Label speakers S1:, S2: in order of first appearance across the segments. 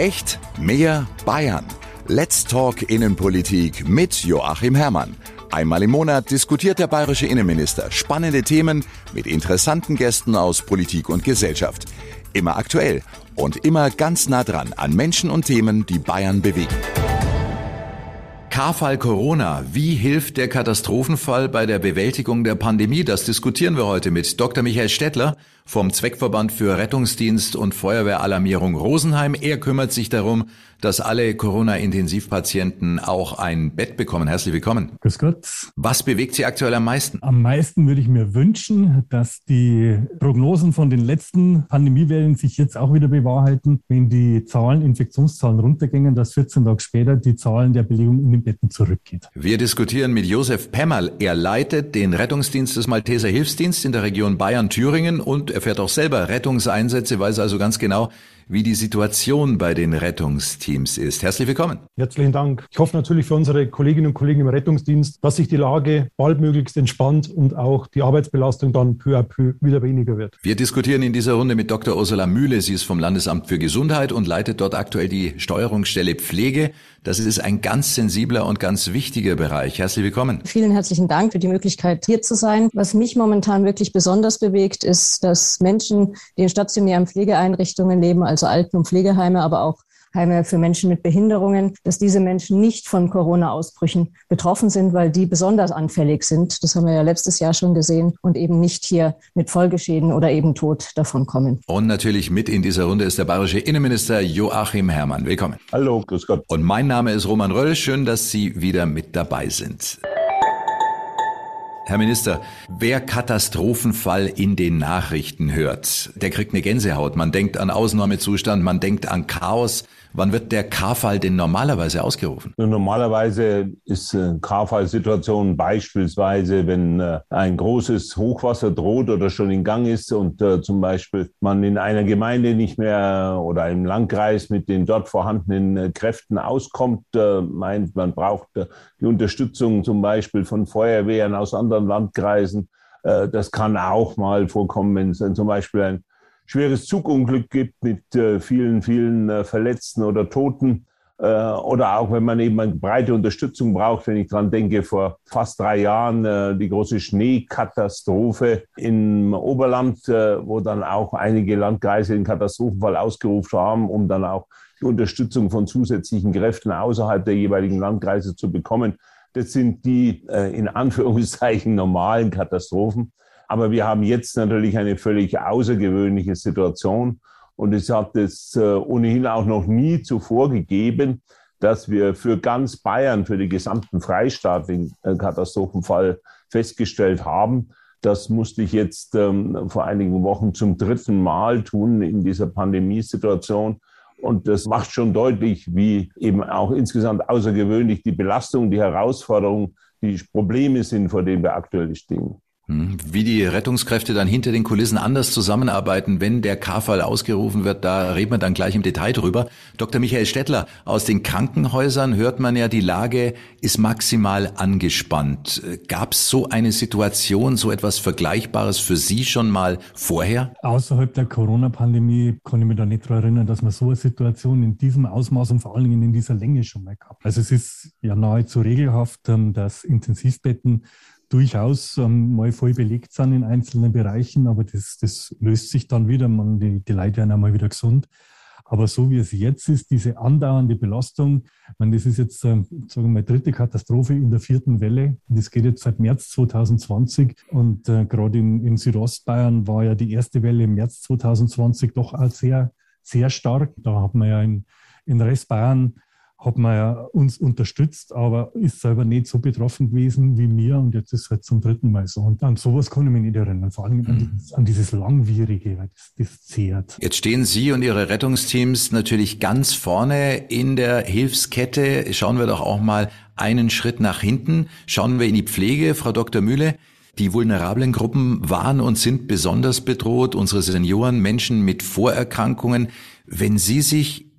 S1: Echt mehr Bayern. Let's Talk Innenpolitik mit Joachim Herrmann. Einmal im Monat diskutiert der bayerische Innenminister spannende Themen mit interessanten Gästen aus Politik und Gesellschaft. Immer aktuell und immer ganz nah dran an Menschen und Themen, die Bayern bewegen. K-Fall Corona. Wie hilft der Katastrophenfall bei der Bewältigung der Pandemie? Das diskutieren wir heute mit Dr. Michael Stettler vom Zweckverband für Rettungsdienst und Feuerwehralarmierung Rosenheim. Er kümmert sich darum, dass alle Corona-Intensivpatienten auch ein Bett bekommen. Herzlich willkommen.
S2: Grüß Gott.
S1: Was bewegt Sie aktuell am meisten?
S2: Am meisten würde ich mir wünschen, dass die Prognosen von den letzten Pandemiewellen sich jetzt auch wieder bewahrheiten, wenn die Infektionszahlen runtergingen, dass 14 Tage später die Zahlen der Belegung in den Betten zurückgeht.
S1: Wir diskutieren mit Josef Pemmerl. Er leitet den Rettungsdienst des Malteser Hilfsdienstes in der Region Bayern-Thüringen und er fährt auch selber Rettungseinsätze, weiß also ganz genau, wie die Situation bei den Rettungsteams ist. Herzlich willkommen.
S3: Herzlichen Dank. Ich hoffe natürlich für unsere Kolleginnen und Kollegen im Rettungsdienst, dass sich die Lage baldmöglichst entspannt und auch die Arbeitsbelastung dann peu à peu wieder weniger wird.
S1: Wir diskutieren in dieser Runde mit Dr. Ursula Mühle. Sie ist vom Landesamt für Gesundheit und leitet dort aktuell die Steuerungsstelle Pflege. Das ist ein ganz sensibler und ganz wichtiger Bereich. Herzlich willkommen.
S4: Vielen herzlichen Dank für die Möglichkeit, hier zu sein. Was mich momentan wirklich besonders bewegt, ist, dass Menschen, die in stationären Pflegeeinrichtungen leben, also Alten- und Pflegeheime, aber auch Heime für Menschen mit Behinderungen, dass diese Menschen nicht von Corona-Ausbrüchen betroffen sind, weil die besonders anfällig sind. Das haben wir ja letztes Jahr schon gesehen und eben nicht hier mit Folgeschäden oder eben Tod davonkommen.
S1: Und natürlich mit in dieser Runde ist der bayerische Innenminister Joachim Herrmann. Willkommen.
S5: Hallo, grüß Gott.
S1: Und mein Name ist Roman Röll. Schön, dass Sie wieder mit dabei sind. Herr Minister, wer Katastrophenfall in den Nachrichten hört, der kriegt eine Gänsehaut. Man denkt an Ausnahmezustand, man denkt an Chaos. Wann wird der K-Fall denn normalerweise ausgerufen?
S5: Normalerweise ist K-Fall-Situation beispielsweise, wenn ein großes Hochwasser droht oder schon in Gang ist und zum Beispiel man in einer Gemeinde nicht mehr oder im Landkreis mit den dort vorhandenen Kräften auskommt, meint, man braucht die Unterstützung zum Beispiel von Feuerwehren aus anderen Landkreisen. Das kann auch mal vorkommen, wenn es dann zum Beispiel ein schweres Zugunglück gibt mit vielen Verletzten oder Toten oder auch wenn man eben eine breite Unterstützung braucht, wenn ich dran denke, vor fast 3 Jahren die große Schneekatastrophe im Oberland, wo dann auch einige Landkreise den Katastrophenfall ausgerufen haben, um dann auch die Unterstützung von zusätzlichen Kräften außerhalb der jeweiligen Landkreise zu bekommen. Das sind die in Anführungszeichen normalen Katastrophen. Aber wir haben jetzt natürlich eine völlig außergewöhnliche Situation. Und es hat es ohnehin auch noch nie zuvor gegeben, dass wir für ganz Bayern, für den gesamten Freistaat den Katastrophenfall festgestellt haben. Das musste ich jetzt vor einigen Wochen zum 3. Mal tun in dieser Pandemiesituation. Und das macht schon deutlich, wie eben auch insgesamt außergewöhnlich die Belastung, die Herausforderung, die Probleme sind, vor denen wir aktuell stehen.
S1: Wie die Rettungskräfte dann hinter den Kulissen anders zusammenarbeiten, wenn der K-Fall ausgerufen wird, da reden wir dann gleich im Detail drüber. Dr. Michael Stettler, aus den Krankenhäusern hört man ja, die Lage ist maximal angespannt. Gab es so eine Situation, so etwas Vergleichbares für Sie schon mal vorher?
S2: Außerhalb der Corona-Pandemie kann ich mich da nicht daran erinnern, dass man so eine Situation in diesem Ausmaß und vor allen Dingen in dieser Länge schon mal gab. Also es ist ja nahezu regelhaft, dass Intensivbetten durchaus mal voll belegt sind in einzelnen Bereichen, aber das löst sich dann wieder, die Leute werden einmal wieder gesund. Aber so wie es jetzt ist, diese andauernde Belastung, das ist jetzt, sagen wir mal, 3. Katastrophe in der 4. Welle. Das geht jetzt seit März 2020 und gerade in Südostbayern war ja die erste Welle im März 2020 doch auch sehr, sehr stark. Da hat man ja in Restbayern hat man ja uns unterstützt, aber ist selber nicht so betroffen gewesen wie mir und jetzt ist es halt zum 3. Mal so. Und an sowas kann ich mich nicht erinnern, vor allem an dieses Langwierige, weil das zehrt.
S1: Jetzt stehen Sie und Ihre Rettungsteams natürlich ganz vorne in der Hilfskette. Schauen wir doch auch mal einen Schritt nach hinten. Schauen wir in die Pflege, Frau Dr. Mühle. Die vulnerablen Gruppen waren und sind besonders bedroht, unsere Senioren, Menschen mit Vorerkrankungen. Wenn Sie sich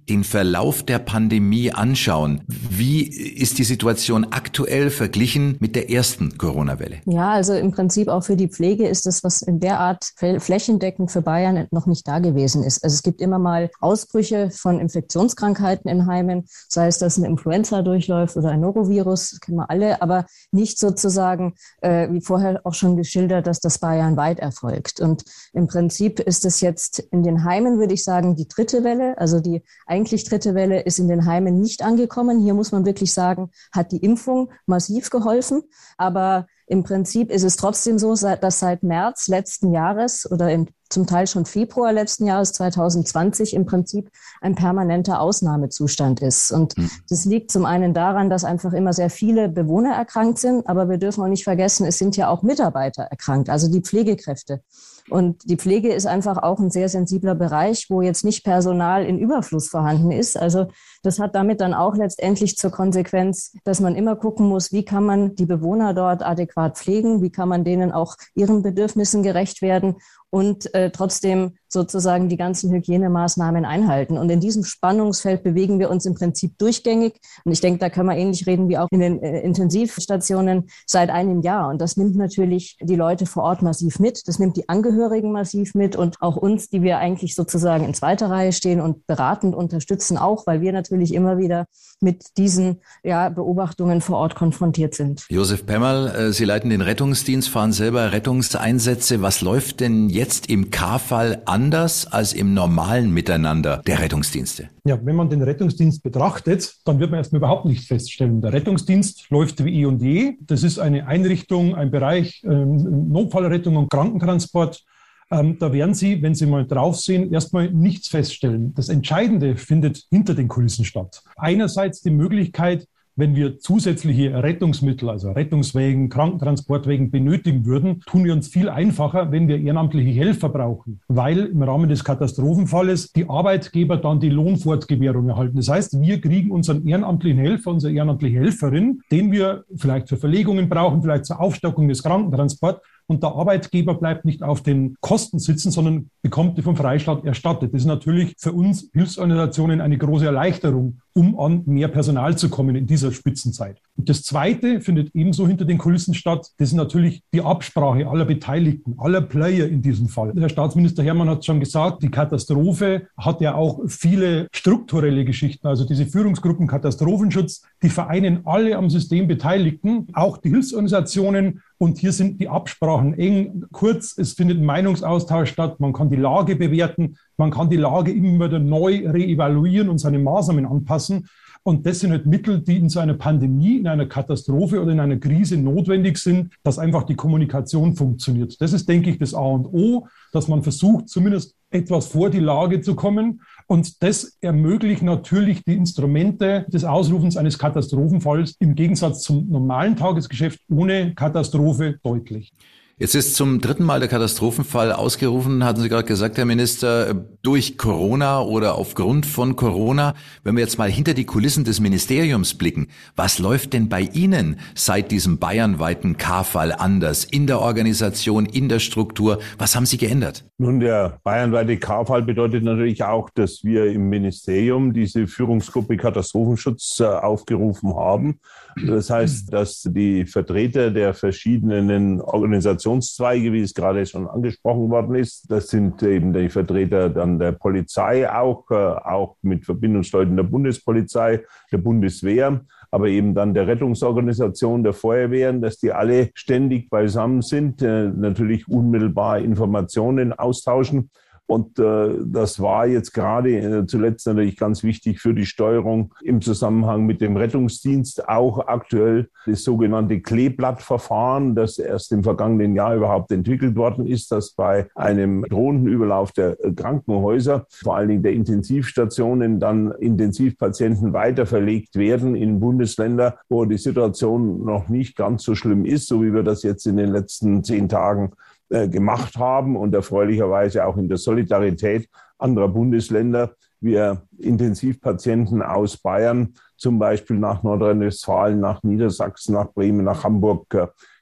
S1: den Verlauf der Pandemie anschauen, wie ist die Situation aktuell verglichen mit der ersten Corona-Welle?
S4: Ja, also im Prinzip auch für die Pflege ist das, was in der Art flächendeckend für Bayern noch nicht da gewesen ist. Also es gibt immer mal Ausbrüche von Infektionskrankheiten in Heimen, sei es, dass eine Influenza durchläuft oder ein Norovirus, das kennen wir alle, aber nicht sozusagen, wie vorher auch schon geschildert, dass das bayernweit erfolgt. Und im Prinzip ist es jetzt in den Heimen, würde ich sagen, die dritte Welle, also die eigentlich dritte Welle ist in den Heimen nicht angekommen. Hier muss man wirklich sagen, hat die Impfung massiv geholfen. Aber im Prinzip ist es trotzdem so, dass seit März letzten Jahres oder zum Teil schon Februar letzten Jahres 2020 im Prinzip ein permanenter Ausnahmezustand ist. Und das liegt zum einen daran, dass einfach immer sehr viele Bewohner erkrankt sind. Aber wir dürfen auch nicht vergessen, es sind ja auch Mitarbeiter erkrankt, also die Pflegekräfte. Und die Pflege ist einfach auch ein sehr sensibler Bereich, wo jetzt nicht Personal in Überfluss vorhanden ist. Also das hat damit dann auch letztendlich zur Konsequenz, dass man immer gucken muss, wie kann man die Bewohner dort adäquat pflegen, wie kann man denen auch ihren Bedürfnissen gerecht werden und trotzdem sozusagen die ganzen Hygienemaßnahmen einhalten. Und in diesem Spannungsfeld bewegen wir uns im Prinzip durchgängig. Und ich denke, da kann man ähnlich reden wie auch in den Intensivstationen seit einem Jahr. Und das nimmt natürlich die Leute vor Ort massiv mit. Das nimmt die Angehörigen massiv mit und auch uns, die wir eigentlich sozusagen in zweiter Reihe stehen und beratend unterstützen auch, weil wir natürlich immer wieder mit diesen Beobachtungen vor Ort konfrontiert sind.
S1: Josef Pemmerl, Sie leiten den Rettungsdienst, fahren selber Rettungseinsätze. Was läuft denn jetzt im K-Fall anders als im normalen Miteinander der Rettungsdienste?
S3: Ja, wenn man den Rettungsdienst betrachtet, dann wird man erstmal überhaupt nicht feststellen. Der Rettungsdienst läuft wie eh und je. Das ist eine Einrichtung, ein Bereich Notfallrettung und Krankentransport. Da werden Sie, wenn Sie mal drauf sehen, erstmal nichts feststellen. Das Entscheidende findet hinter den Kulissen statt. Einerseits die Möglichkeit, wenn wir zusätzliche Rettungsmittel, also Rettungswägen, Krankentransportwägen benötigen würden, tun wir uns viel einfacher, wenn wir ehrenamtliche Helfer brauchen, weil im Rahmen des Katastrophenfalles die Arbeitgeber dann die Lohnfortgewährung erhalten. Das heißt, wir kriegen unseren ehrenamtlichen Helfer, unsere ehrenamtliche Helferin, den wir vielleicht für Verlegungen brauchen, vielleicht zur Aufstockung des Krankentransports. Und der Arbeitgeber bleibt nicht auf den Kosten sitzen, sondern bekommt die vom Freistaat erstattet. Das ist natürlich für uns Hilfsorganisationen eine große Erleichterung, um an mehr Personal zu kommen in dieser Spitzenzeit. Und das Zweite findet ebenso hinter den Kulissen statt. Das ist natürlich die Absprache aller Beteiligten, aller Player in diesem Fall. Herr Staatsminister Hermann hat schon gesagt, die Katastrophe hat ja auch viele strukturelle Geschichten. Also diese Führungsgruppen Katastrophenschutz, die vereinen alle am System Beteiligten, auch die Hilfsorganisationen. Und hier sind die Absprachen eng. Kurz, es findet ein Meinungsaustausch statt. Man kann die Lage bewerten. Man kann die Lage immer wieder neu reevaluieren und seine Maßnahmen anpassen. Und das sind halt Mittel, die in so einer Pandemie, in einer Katastrophe oder in einer Krise notwendig sind, dass einfach die Kommunikation funktioniert. Das ist, denke ich, das A und O, dass man versucht, zumindest etwas vor die Lage zu kommen. Und das ermöglicht natürlich die Instrumente des Ausrufens eines Katastrophenfalls im Gegensatz zum normalen Tagesgeschäft ohne Katastrophe deutlich.
S1: Jetzt ist zum dritten Mal der Katastrophenfall ausgerufen, hatten Sie gerade gesagt, Herr Minister, durch Corona oder aufgrund von Corona. Wenn wir jetzt mal hinter die Kulissen des Ministeriums blicken, was läuft denn bei Ihnen seit diesem bayernweiten K-Fall anders? In der Organisation, in der Struktur, was haben Sie geändert?
S5: Nun, der bayernweite K-Fall bedeutet natürlich auch, dass wir im Ministerium diese Führungsgruppe Katastrophenschutz aufgerufen haben. Das heißt, dass die Vertreter der verschiedenen Organisationszweige, wie es gerade schon angesprochen worden ist, das sind eben die Vertreter dann der Polizei auch mit Verbindungsleuten der Bundespolizei, der Bundeswehr, aber eben dann der Rettungsorganisation, der Feuerwehren, dass die alle ständig beisammen sind, natürlich unmittelbar Informationen austauschen. Und das war jetzt gerade zuletzt natürlich ganz wichtig für die Steuerung im Zusammenhang mit dem Rettungsdienst. Auch aktuell das sogenannte Kleeblattverfahren, das erst im vergangenen Jahr überhaupt entwickelt worden ist, das bei einem drohenden Überlauf der Krankenhäuser, vor allen Dingen der Intensivstationen, dann Intensivpatienten weiter verlegt werden in Bundesländer, wo die Situation noch nicht ganz so schlimm ist, so wie wir das jetzt in den letzten 10 Tagen gemacht haben und erfreulicherweise auch in der Solidarität anderer Bundesländer. Wir Intensivpatienten aus Bayern, zum Beispiel nach Nordrhein-Westfalen, nach Niedersachsen, nach Bremen, nach Hamburg,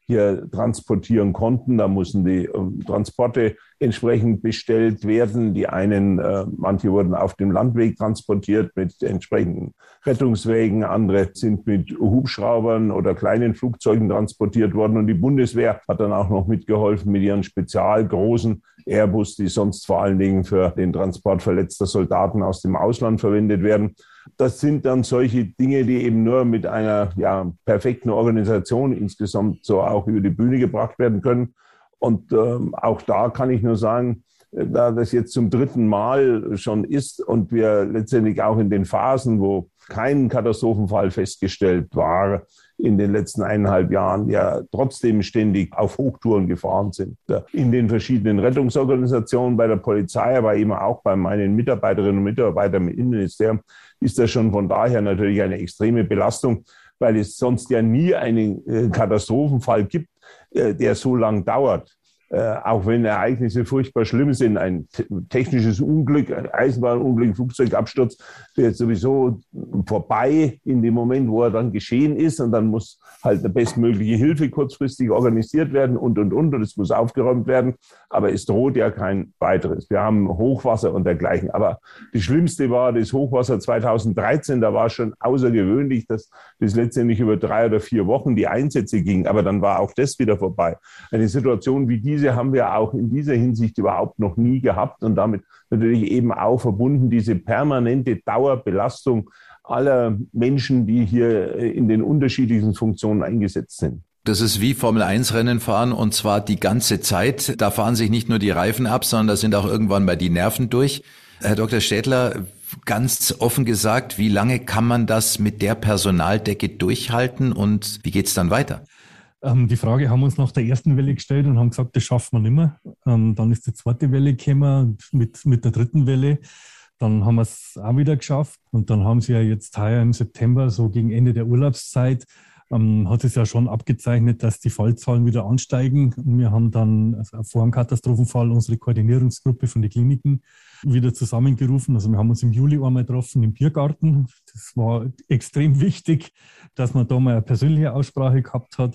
S5: hier transportieren konnten. Da mussten die Transporte entsprechend bestellt werden. Die einen, manche wurden auf dem Landweg transportiert mit entsprechenden Rettungswägen, andere sind mit Hubschraubern oder kleinen Flugzeugen transportiert worden. Und die Bundeswehr hat dann auch noch mitgeholfen mit ihren spezialgroßen Airbus, die sonst vor allen Dingen für den Transport verletzter Soldaten aus dem Ausland verwendet werden. Das sind dann solche Dinge, die eben nur mit einer perfekten Organisation insgesamt so auch über die Bühne gebracht werden können. Und auch da kann ich nur sagen, da das jetzt zum 3. Mal schon ist und wir letztendlich auch in den Phasen, wo kein Katastrophenfall festgestellt war, in den letzten 1,5 Jahren ja trotzdem ständig auf Hochtouren gefahren sind. In den verschiedenen Rettungsorganisationen, bei der Polizei, aber eben auch bei meinen Mitarbeiterinnen und Mitarbeitern im Innenministerium ist das schon von daher natürlich eine extreme Belastung, weil es sonst ja nie einen Katastrophenfall gibt, der so lang dauert. Auch wenn Ereignisse furchtbar schlimm sind, ein technisches Unglück, ein Eisenbahnunglück, ein Flugzeugabsturz, der ist sowieso vorbei in dem Moment, wo er dann geschehen ist. Und dann muss halt eine bestmögliche Hilfe kurzfristig organisiert werden und es muss aufgeräumt werden. Aber es droht ja kein weiteres. Wir haben Hochwasser und dergleichen. Aber das Schlimmste war das Hochwasser 2013. Da war schon außergewöhnlich, dass das letztendlich über 3 oder 4 Wochen die Einsätze ging. Aber dann war auch das wieder vorbei. Eine Situation wie diese haben wir auch in dieser Hinsicht überhaupt noch nie gehabt und damit natürlich eben auch verbunden diese permanente Dauerbelastung aller Menschen, die hier in den unterschiedlichen Funktionen eingesetzt sind.
S1: Das ist wie Formel-1-Rennen fahren und zwar die ganze Zeit. Da fahren sich nicht nur die Reifen ab, sondern da sind auch irgendwann mal die Nerven durch. Herr Dr. Städtler, ganz offen gesagt, wie lange kann man das mit der Personaldecke durchhalten und wie geht's dann weiter?
S2: Die Frage haben wir uns nach der ersten Welle gestellt und haben gesagt, das schaffen wir nicht mehr. Dann ist die zweite Welle gekommen mit der dritten Welle. Dann haben wir es auch wieder geschafft. Und dann haben sie ja jetzt heuer im September, so gegen Ende der Urlaubszeit, hat es ja schon abgezeichnet, dass die Fallzahlen wieder ansteigen. Und wir haben dann vor dem Katastrophenfall unsere Koordinierungsgruppe von den Kliniken wieder zusammengerufen. Also wir haben uns im Juli einmal getroffen im Biergarten. Das war extrem wichtig, dass man da mal eine persönliche Aussprache gehabt hat.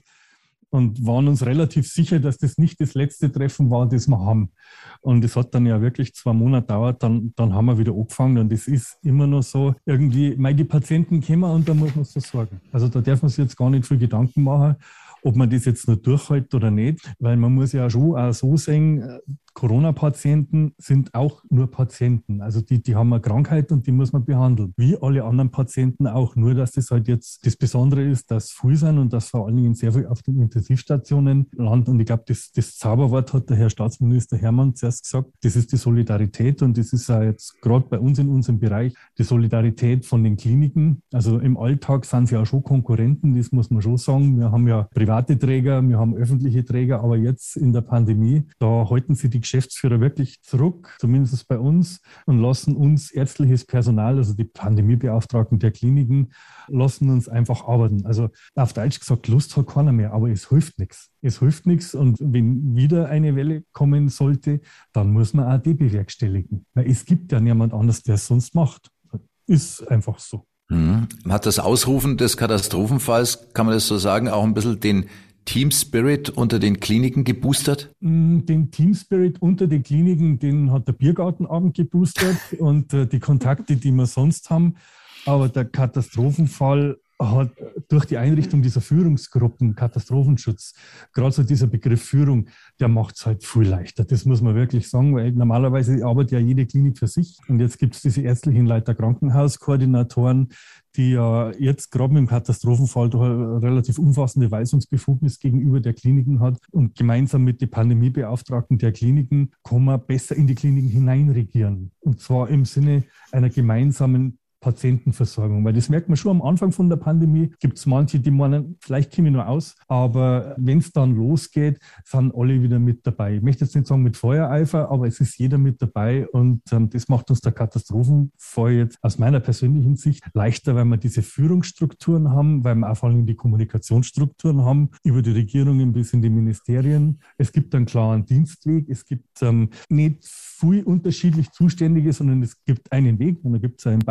S2: Und waren uns relativ sicher, dass das nicht das letzte Treffen war, das wir haben. Und es hat dann ja wirklich 2 Monate gedauert, dann haben wir wieder angefangen. Und es ist immer noch so, irgendwie, die Patienten kommen und da muss man versorgen. Also da darf man sich jetzt gar nicht viel Gedanken machen, ob man das jetzt noch durchhält oder nicht. Weil man muss ja schon auch so sehen, Corona-Patienten sind auch nur Patienten. Also die haben eine Krankheit und die muss man behandeln. Wie alle anderen Patienten auch. Nur, dass das halt jetzt das Besondere ist, dass viel sind und dass vor allen Dingen sehr viel auf den Intensivstationen landen. Und ich glaube, das Zauberwort hat der Herr Staatsminister Hermann zuerst gesagt. Das ist die Solidarität und das ist auch jetzt gerade bei uns in unserem Bereich die Solidarität von den Kliniken. Also im Alltag sind sie auch schon Konkurrenten, das muss man schon sagen. Wir haben ja private Träger, wir haben öffentliche Träger, aber jetzt in der Pandemie, da halten sie die Geschäftsführer wirklich zurück, zumindest bei uns, und lassen uns ärztliches Personal, also die Pandemiebeauftragten der Kliniken, lassen uns einfach arbeiten. Also auf Deutsch gesagt, Lust hat keiner mehr, aber es hilft nichts. Es hilft nichts und wenn wieder eine Welle kommen sollte, dann muss man auch die bewerkstelligen. Weil es gibt ja niemand anders, der es sonst macht. Ist einfach so.
S1: Hat das Ausrufen des Katastrophenfalls, kann man das so sagen, auch ein bisschen den Team Spirit unter den Kliniken geboostert?
S2: Den Team Spirit unter den Kliniken, den hat der Biergartenabend geboostert und die Kontakte, die wir sonst haben. Aber der Katastrophenfall hat durch die Einrichtung dieser Führungsgruppen, Katastrophenschutz, gerade so dieser Begriff Führung, der macht es halt viel leichter. Das muss man wirklich sagen, weil normalerweise arbeitet ja jede Klinik für sich. Und jetzt gibt es diese ärztlichen Leiter Krankenhauskoordinatoren, die ja jetzt gerade mit dem Katastrophenfall doch eine relativ umfassende Weisungsbefugnis gegenüber der Kliniken hat. Und gemeinsam mit den Pandemiebeauftragten der Kliniken kann man besser in die Kliniken hineinregieren. Und zwar im Sinne einer gemeinsamen Patientenversorgung, weil das merkt man schon am Anfang von der Pandemie, gibt es manche, die meinen, vielleicht komme ich nur aus, aber wenn es dann losgeht, sind alle wieder mit dabei. Ich möchte jetzt nicht sagen mit Feuereifer, aber es ist jeder mit dabei und das macht uns der Katastrophenfall jetzt aus meiner persönlichen Sicht leichter, weil wir diese Führungsstrukturen haben, weil wir auch vor allem die Kommunikationsstrukturen haben, über die Regierungen bis in die Ministerien. Es gibt einen klaren Dienstweg, es gibt nicht viel unterschiedlich Zuständige, sondern es gibt einen Weg und da gibt es ja in Bayern diese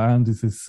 S2: dieses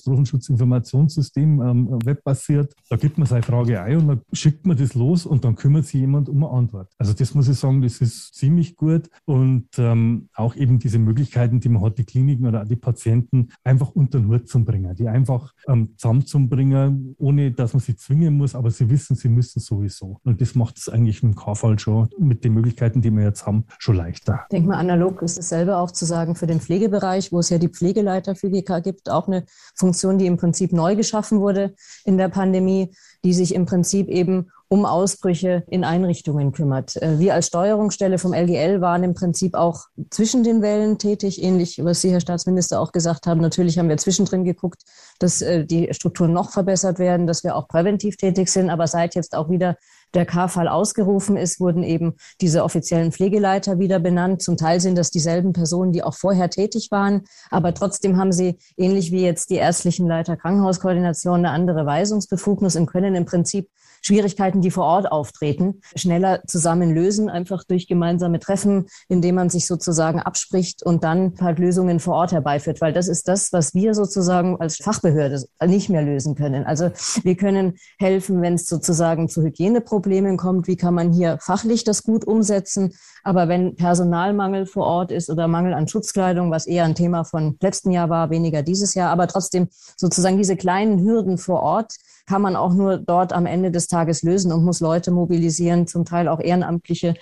S2: Katastrophenschutzinformationssystem, webbasiert. Da gibt man seine Frage ein und dann schickt man das los und dann kümmert sich jemand um eine Antwort. Also das muss ich sagen, das ist ziemlich gut und auch eben diese Möglichkeiten, die man hat, die Kliniken oder auch die Patienten einfach unter den Hut zu bringen, die einfach zusammenzubringen, ohne dass man sie zwingen muss, aber sie wissen, sie müssen sowieso. Und das macht es eigentlich im KV schon mit den Möglichkeiten, die wir jetzt haben, schon leichter.
S4: Ich denke mal, analog ist dasselbe auch zu sagen für den Pflegebereich, wo es ja die Pflegeleiter für GK gibt, auch eine Funktion, die im Prinzip neu geschaffen wurde in der Pandemie, die sich im Prinzip eben um Ausbrüche in Einrichtungen kümmert. Wir als Steuerungsstelle vom LGL waren im Prinzip auch zwischen den Wellen tätig, ähnlich was Sie, Herr Staatsminister, auch gesagt haben. Natürlich haben wir zwischendrin geguckt, dass die Strukturen noch verbessert werden, dass wir auch präventiv tätig sind. Aber seit jetzt auch wieder der K-Fall ausgerufen ist, wurden eben diese offiziellen Pflegeleiter wieder benannt. Zum Teil sind das dieselben Personen, die auch vorher tätig waren. Aber trotzdem haben sie, ähnlich wie jetzt die ärztlichen Leiter Krankenhauskoordination, eine andere Weisungsbefugnis und können im Prinzip Schwierigkeiten, die vor Ort auftreten, schneller zusammen lösen, einfach durch gemeinsame Treffen, indem man sich sozusagen abspricht und dann halt Lösungen vor Ort herbeiführt. Weil das ist das, was wir sozusagen als Fachbehörde nicht mehr lösen können. Also wir können helfen, wenn es sozusagen zu Hygieneproblemen kommt. Wie kann man hier fachlich das gut umsetzen? Aber wenn Personalmangel vor Ort ist oder Mangel an Schutzkleidung, was eher ein Thema von letzten Jahr war, weniger dieses Jahr, aber trotzdem sozusagen diese kleinen Hürden vor Ort kann man auch nur dort am Ende des Tages lösen und muss Leute mobilisieren, zum Teil auch Ehrenamtliche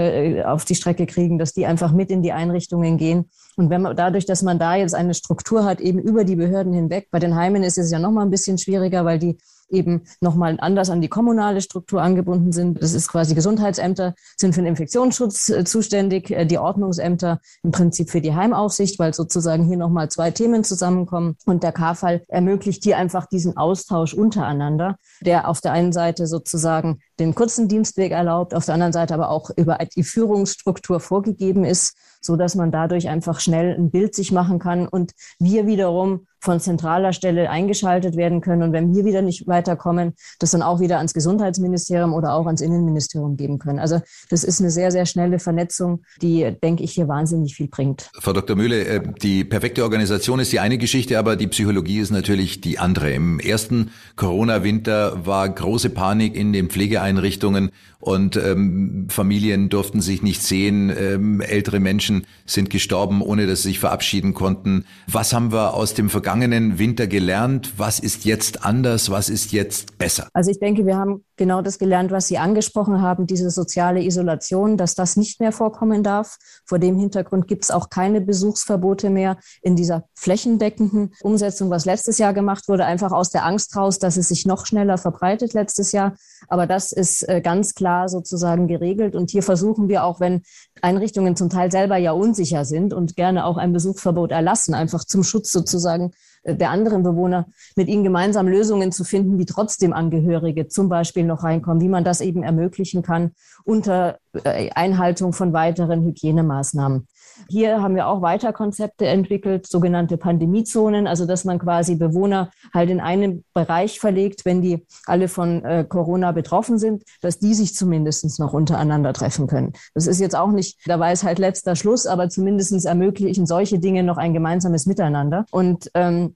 S4: auf die Strecke kriegen, dass die einfach mit in die Einrichtungen gehen. Und wenn man dadurch, dass man da jetzt eine Struktur hat, eben über die Behörden hinweg, bei den Heimen ist es ja noch mal ein bisschen schwieriger, weil die eben nochmal anders an die kommunale Struktur angebunden sind. Das ist quasi Gesundheitsämter sind für den Infektionsschutz zuständig, die Ordnungsämter im Prinzip für die Heimaufsicht, weil sozusagen hier nochmal zwei Themen zusammenkommen. Und der K-Fall ermöglicht hier einfach diesen Austausch untereinander, der auf der einen Seite sozusagen den kurzen Dienstweg erlaubt, auf der anderen Seite aber auch über die Führungsstruktur vorgegeben ist, so dass man dadurch einfach schnell ein Bild sich machen kann und wir wiederum von zentraler Stelle eingeschaltet werden können. Und wenn wir wieder nicht weiterkommen, das dann auch wieder ans Gesundheitsministerium oder auch ans Innenministerium geben können. Also das ist eine sehr, sehr schnelle Vernetzung, die, denke ich, hier wahnsinnig viel bringt.
S1: Frau Dr. Mühle, die perfekte Organisation ist die eine Geschichte, aber die Psychologie ist natürlich die andere. Im ersten Corona-Winter war große Panik in den Pflegeeinrichtungen und Familien durften sich nicht sehen. Ältere Menschen sind gestorben, ohne dass sie sich verabschieden konnten. Was haben wir aus dem vergangenen Winter gelernt? Was ist jetzt anders? Was ist jetzt besser?
S4: Also ich denke, wir haben genau das gelernt, was Sie angesprochen haben, diese soziale Isolation, dass das nicht mehr vorkommen darf. Vor dem Hintergrund gibt es auch keine Besuchsverbote mehr in dieser flächendeckenden Umsetzung, was letztes Jahr gemacht wurde, einfach aus der Angst raus, dass es sich noch schneller verbreitet letztes Jahr. Aber das ist ganz klar sozusagen geregelt. Und hier versuchen wir auch, wenn Einrichtungen zum Teil selber ja unsicher sind und gerne auch ein Besuchsverbot erlassen, einfach zum Schutz sozusagen der anderen Bewohner, mit ihnen gemeinsam Lösungen zu finden, wie trotzdem Angehörige zum Beispiel noch reinkommen, wie man das eben ermöglichen kann unter Einhaltung von weiteren Hygienemaßnahmen. Hier haben wir auch weiter Konzepte entwickelt, sogenannte Pandemiezonen, also dass man quasi Bewohner halt in einen Bereich verlegt, wenn die alle von Corona betroffen sind, dass die sich zumindest noch untereinander treffen können. Das ist jetzt auch nicht der Weisheit letzter Schluss, aber zumindest ermöglichen solche Dinge noch ein gemeinsames Miteinander. Und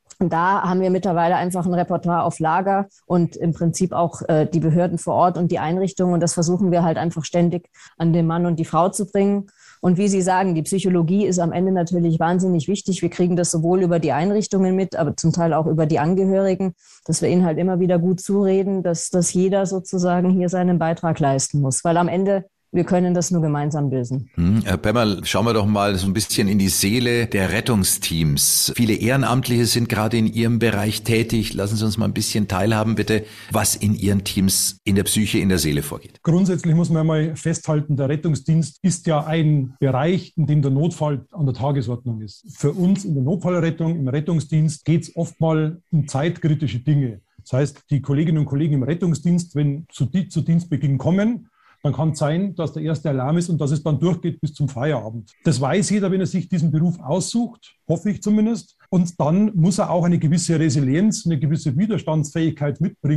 S4: da haben wir mittlerweile einfach ein Repertoire auf Lager und im Prinzip auch die Behörden vor Ort und die Einrichtungen. Und das versuchen wir halt einfach ständig an den Mann und die Frau zu bringen. Und wie Sie sagen, die Psychologie ist am Ende natürlich wahnsinnig wichtig. Wir kriegen das sowohl über die Einrichtungen mit, aber zum Teil auch über die Angehörigen, dass wir ihnen halt immer wieder gut zureden, dass jeder sozusagen hier seinen Beitrag leisten muss. Weil am Ende wir können das nur gemeinsam lösen.
S1: Herr Pemmerl, schauen wir doch mal so ein bisschen in die Seele der Rettungsteams. Viele Ehrenamtliche sind gerade in Ihrem Bereich tätig. Lassen Sie uns mal ein bisschen teilhaben, bitte, was in Ihren Teams in der Psyche, in der Seele vorgeht.
S3: Grundsätzlich muss man mal festhalten, der Rettungsdienst ist ja ein Bereich, in dem der Notfall an der Tagesordnung ist. Für uns in der Notfallrettung, im Rettungsdienst geht es oft mal um zeitkritische Dinge. Das heißt, die Kolleginnen und Kollegen im Rettungsdienst, wenn zu Dienstbeginn kommen, dann kann es sein, dass der erste Alarm ist und dass es dann durchgeht bis zum Feierabend. Das weiß jeder, wenn er sich diesen Beruf aussucht, hoffe ich zumindest. Und dann muss er auch eine gewisse Resilienz, eine gewisse Widerstandsfähigkeit mitbringen,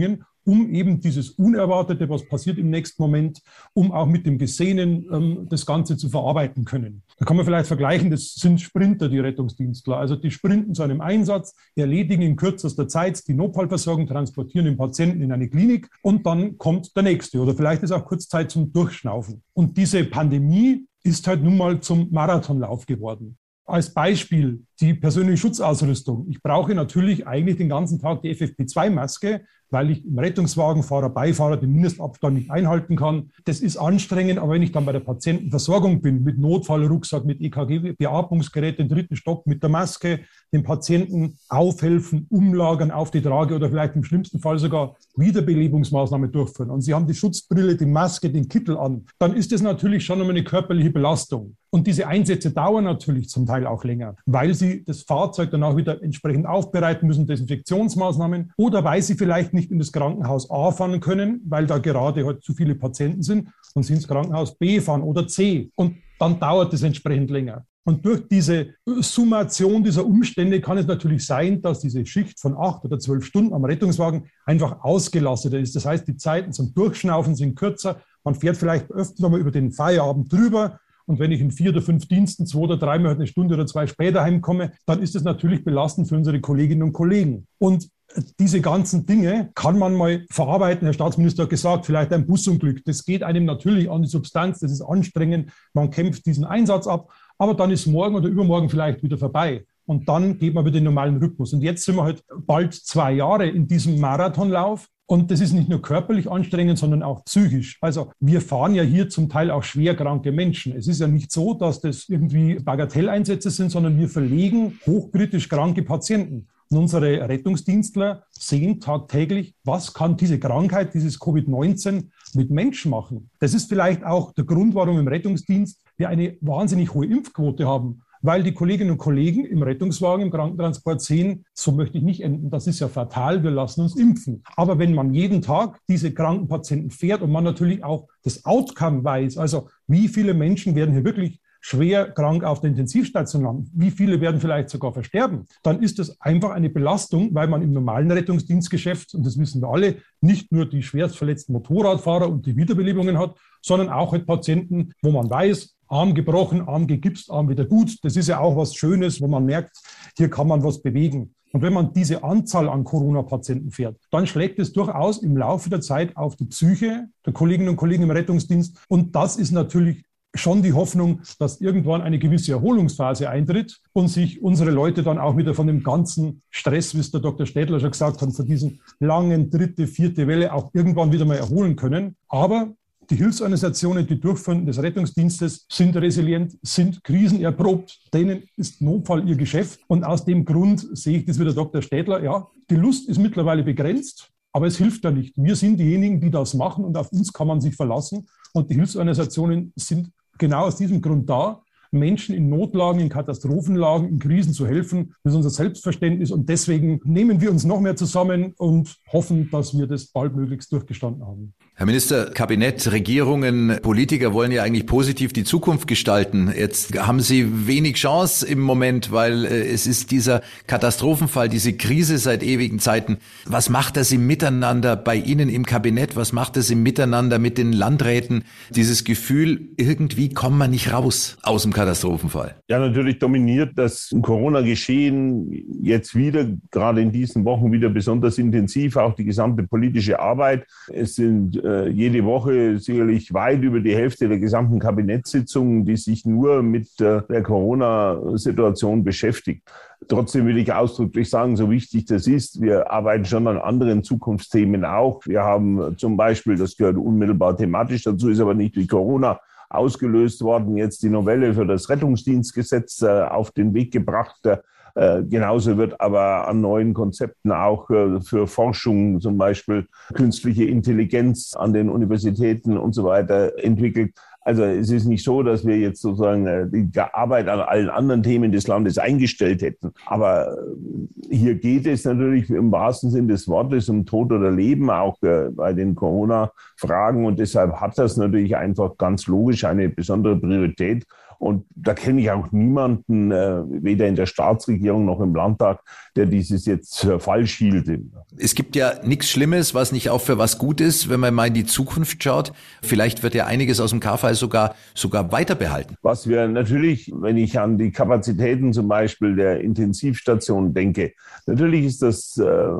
S3: um eben dieses Unerwartete, was passiert im nächsten Moment, um auch mit dem Gesehenen das Ganze zu verarbeiten können. Da kann man vielleicht vergleichen, das sind Sprinter, die Rettungsdienstler. Also die sprinten zu einem Einsatz, erledigen in kürzester Zeit die Notfallversorgung, transportieren den Patienten in eine Klinik und dann kommt der Nächste. Oder vielleicht ist auch kurz Zeit zum Durchschnaufen. Und diese Pandemie ist halt nun mal zum Marathonlauf geworden. Als Beispiel die persönliche Schutzausrüstung. Ich brauche natürlich eigentlich den ganzen Tag die FFP2-Maske, weil ich im Rettungswagen, Fahrer, Beifahrer den Mindestabstand nicht einhalten kann. Das ist anstrengend, aber wenn ich dann bei der Patientenversorgung bin, mit Notfallrucksack, mit EKG, Beatmungsgerät, den 3. Stock, mit der Maske, dem Patienten aufhelfen, umlagern auf die Trage oder vielleicht im schlimmsten Fall sogar Wiederbelebungsmaßnahmen durchführen. Und Sie haben die Schutzbrille, die Maske, den Kittel an, dann ist das natürlich schon einmal eine körperliche Belastung. Und diese Einsätze dauern natürlich zum Teil auch länger, weil Sie das Fahrzeug dann auch wieder entsprechend aufbereiten müssen, Desinfektionsmaßnahmen, oder weil Sie vielleicht nicht in das Krankenhaus A fahren können, weil da gerade halt zu viele Patienten sind und Sie ins Krankenhaus B fahren oder C. Und dann dauert es entsprechend länger. Und durch diese Summation dieser Umstände kann es natürlich sein, dass diese Schicht von 8 oder 12 Stunden am Rettungswagen einfach ausgelasteter ist. Das heißt, die Zeiten zum Durchschnaufen sind kürzer. Man fährt vielleicht öfter nochmal über den Feierabend drüber. Und wenn ich in 4 oder 5 Diensten 2 oder 3 Mal eine Stunde oder 2 später heimkomme, dann ist das natürlich belastend für unsere Kolleginnen und Kollegen. Und diese ganzen Dinge kann man mal verarbeiten. Herr Staatsminister hat gesagt, vielleicht ein Busunglück. Das geht einem natürlich an die Substanz, das ist anstrengend. Man kämpft diesen Einsatz ab, aber dann ist morgen oder übermorgen vielleicht wieder vorbei. Und dann geht man wieder in den normalen Rhythmus. Und jetzt sind wir halt bald 2 Jahre in diesem Marathonlauf. Und das ist nicht nur körperlich anstrengend, sondern auch psychisch. Also wir fahren ja hier zum Teil auch schwer kranke Menschen. Es ist ja nicht so, dass das irgendwie Bagatelleinsätze sind, sondern wir verlegen hochkritisch kranke Patienten. Und unsere Rettungsdienstler sehen tagtäglich, was kann diese Krankheit, dieses Covid-19 mit Menschen machen. Das ist vielleicht auch der Grund, warum im Rettungsdienst wir eine wahnsinnig hohe Impfquote haben. Weil die Kolleginnen und Kollegen im Rettungswagen, im Krankentransport sehen, so möchte ich nicht enden, das ist ja fatal, wir lassen uns impfen. Aber wenn man jeden Tag diese kranken Patienten fährt und man natürlich auch das Outcome weiß, also wie viele Menschen werden hier wirklich schwer krank auf der Intensivstation landen, wie viele werden vielleicht sogar versterben, dann ist das einfach eine Belastung, weil man im normalen Rettungsdienstgeschäft, und das wissen wir alle, nicht nur die schwerst verletzten Motorradfahrer und die Wiederbelebungen hat, sondern auch halt Patienten, wo man weiß, Arm gebrochen, Arm gegipst, Arm wieder gut. Das ist ja auch was Schönes, wo man merkt, hier kann man was bewegen. Und wenn man diese Anzahl an Corona-Patienten fährt, dann schlägt es durchaus im Laufe der Zeit auf die Psyche der Kolleginnen und Kollegen im Rettungsdienst. Und das ist natürlich schon die Hoffnung, dass irgendwann eine gewisse Erholungsphase eintritt und sich unsere Leute dann auch wieder von dem ganzen Stress, wie es der Dr. Städtler schon gesagt hat, von diesen langen 3., 4. Welle auch irgendwann wieder mal erholen können. Aber die Hilfsorganisationen, die Durchführung des Rettungsdienstes sind resilient, sind krisenerprobt. Denen ist Notfall ihr Geschäft. Und aus dem Grund sehe ich das wie der Dr. Städtler. Ja, die Lust ist mittlerweile begrenzt, aber es hilft ja nicht. Wir sind diejenigen, die das machen und auf uns kann man sich verlassen. Und die Hilfsorganisationen sind genau aus diesem Grund da, Menschen in Notlagen, in Katastrophenlagen, in Krisen zu helfen. Das ist unser Selbstverständnis und deswegen nehmen wir uns noch mehr zusammen und hoffen, dass wir das baldmöglichst durchgestanden haben.
S1: Herr Minister, Kabinett, Regierungen, Politiker wollen ja eigentlich positiv die Zukunft gestalten. Jetzt haben Sie wenig Chance im Moment, weil es ist dieser Katastrophenfall, diese Krise seit ewigen Zeiten. Was macht das im Miteinander bei Ihnen im Kabinett? Was macht das im Miteinander mit den Landräten? Dieses Gefühl, irgendwie kommen wir nicht raus aus dem Katastrophenfall.
S5: Ja, natürlich dominiert das Corona-Geschehen jetzt wieder, gerade in diesen Wochen wieder besonders intensiv, auch die gesamte politische Arbeit. Es sind jede Woche sicherlich weit über die Hälfte der gesamten Kabinettssitzungen, die sich nur mit der Corona-Situation beschäftigt. Trotzdem will ich ausdrücklich sagen, so wichtig das ist, wir arbeiten schon an anderen Zukunftsthemen auch. Wir haben zum Beispiel, das gehört unmittelbar thematisch dazu, ist aber nicht durch Corona ausgelöst worden, jetzt die Novelle für das Rettungsdienstgesetz auf den Weg gebracht. Genauso wird aber an neuen Konzepten auch für Forschung, zum Beispiel künstliche Intelligenz an den Universitäten und so weiter entwickelt. Also es ist nicht so, dass wir jetzt sozusagen die Arbeit an allen anderen Themen des Landes eingestellt hätten. Aber hier geht es natürlich im wahrsten Sinn des Wortes um Tod oder Leben, auch bei den Corona-Fragen. Und deshalb hat das natürlich einfach ganz logisch eine besondere Priorität. Und da kenne ich auch niemanden, weder in der Staatsregierung noch im Landtag, der dieses jetzt falsch hielte.
S1: Es gibt ja nichts Schlimmes, was nicht auch für was gut ist, wenn man mal in die Zukunft schaut. Vielleicht wird ja einiges aus dem K-Fall sogar weiter behalten.
S5: Was wir natürlich, wenn ich an die Kapazitäten zum Beispiel der Intensivstation denke, natürlich ist das